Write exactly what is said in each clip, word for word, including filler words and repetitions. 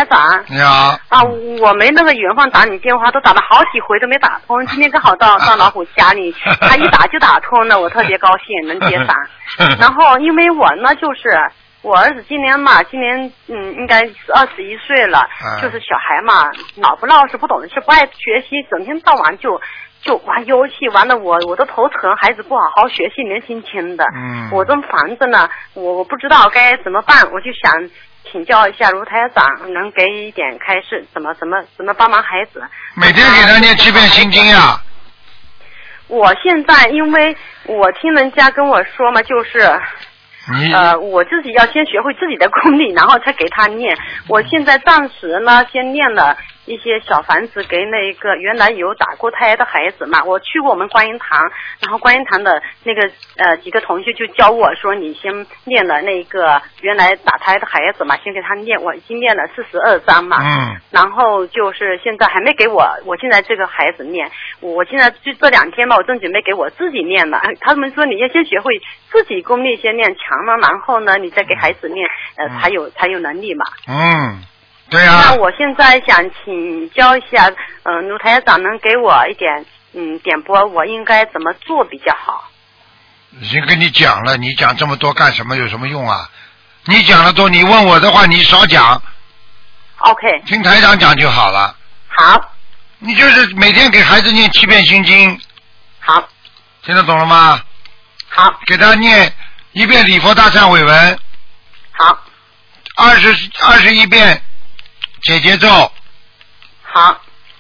台长。 你好。 啊，我没那个缘分打你电话，都打了好几回都没打通。今天刚好到到老虎家里，他一打就打通了，我特别高兴能接上。然后因为我呢就是。我儿子今年嘛，今年嗯应该二十一岁了， 啊、 就是小孩嘛，老不老实，不懂事，不爱学习，整天到晚就就玩游戏，玩的我我都头疼，孩子不好好学习，年轻轻的， 嗯， 我正烦着呢，我我不知道该怎么办，我就想请教一下卢台长，能给一点开示，怎么怎么怎么帮忙孩子？ 每天给他念七遍心经呀。 我现在因为我听人家跟我说嘛，就是。呃，我自己要先学会自己的功力，然后才给他念。我现在暂时呢，先念了一些小房子给那个原来有打过胎的孩子嘛。我去过我们观音堂，然后观音堂的那个呃几个同学就教我说，你先念了那个原来打胎的孩子嘛，先给他念。我已经念了四十二章嘛， 嗯， 然后就是现在还没给我，我现在这个孩子念。我现在就这两天吧，我正准备给我自己念了。他们说你要先学会自己功力先练强了，然后呢，你再给孩子念，呃，才有才有能力嘛。 嗯，对啊。 那我现在想请教一下，嗯、呃，卢台长能给我一点嗯点拨，我应该怎么做比较好？ 已经跟你讲了，你讲这么多干什么？有什么用啊？你讲的多，你问我的话，你少讲。 OK。 听台长讲就好了。 好。 你就是每天给孩子念七遍心经。 好。 听得懂了吗？ 好。 给他念一遍礼佛大忏悔文。 好。 二十二十一遍解结咒。 好。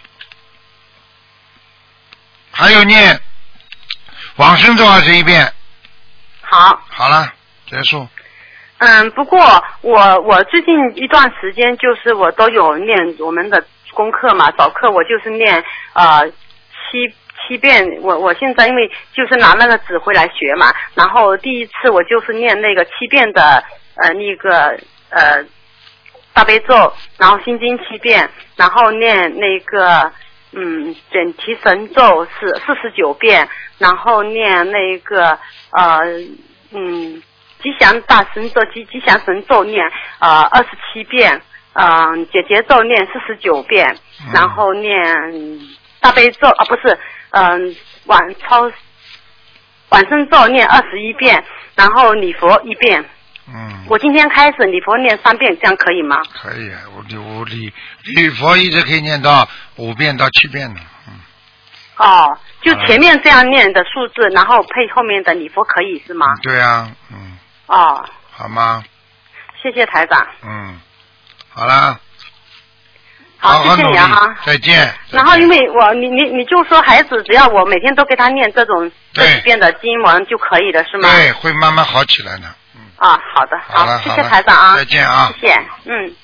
还有念往生咒二十一遍。 好。 好了，结束。 嗯，不过我我最近一段时间就是我都有念我们的功课嘛，早课我就是念呃七七遍，我我现在因为就是拿那个纸回来学嘛，然后第一次我就是念那个七遍的呃那个呃大悲咒，然后心经七遍，然后念那个嗯准提神咒是四十九遍，然后念那个呃嗯吉祥大神咒吉吉祥神咒念呃二十七遍。嗯，解结咒念四十九遍， 嗯、 然后念大悲咒啊，不是，嗯，晚超晚生咒念二十一遍，然后礼佛一遍。 嗯。 我今天开始礼佛念三遍，这样可以吗？ 可以，我我礼礼佛一直可以念到五遍到七遍的，嗯。 哦，就前面这样念的数字，然后配后面的礼佛可以是吗？ 对啊，嗯。 哦。 好吗？ 谢谢台长。 嗯。好啦， 好，谢谢你啊哈， 再见。 然后因为我你你你就说孩子只要我每天都给他念这种这几遍的经文就可以了是吗？ 对，会慢慢好起来的。 嗯。啊，好的， 好了， 谢谢台长啊， 再见啊， 谢谢，嗯。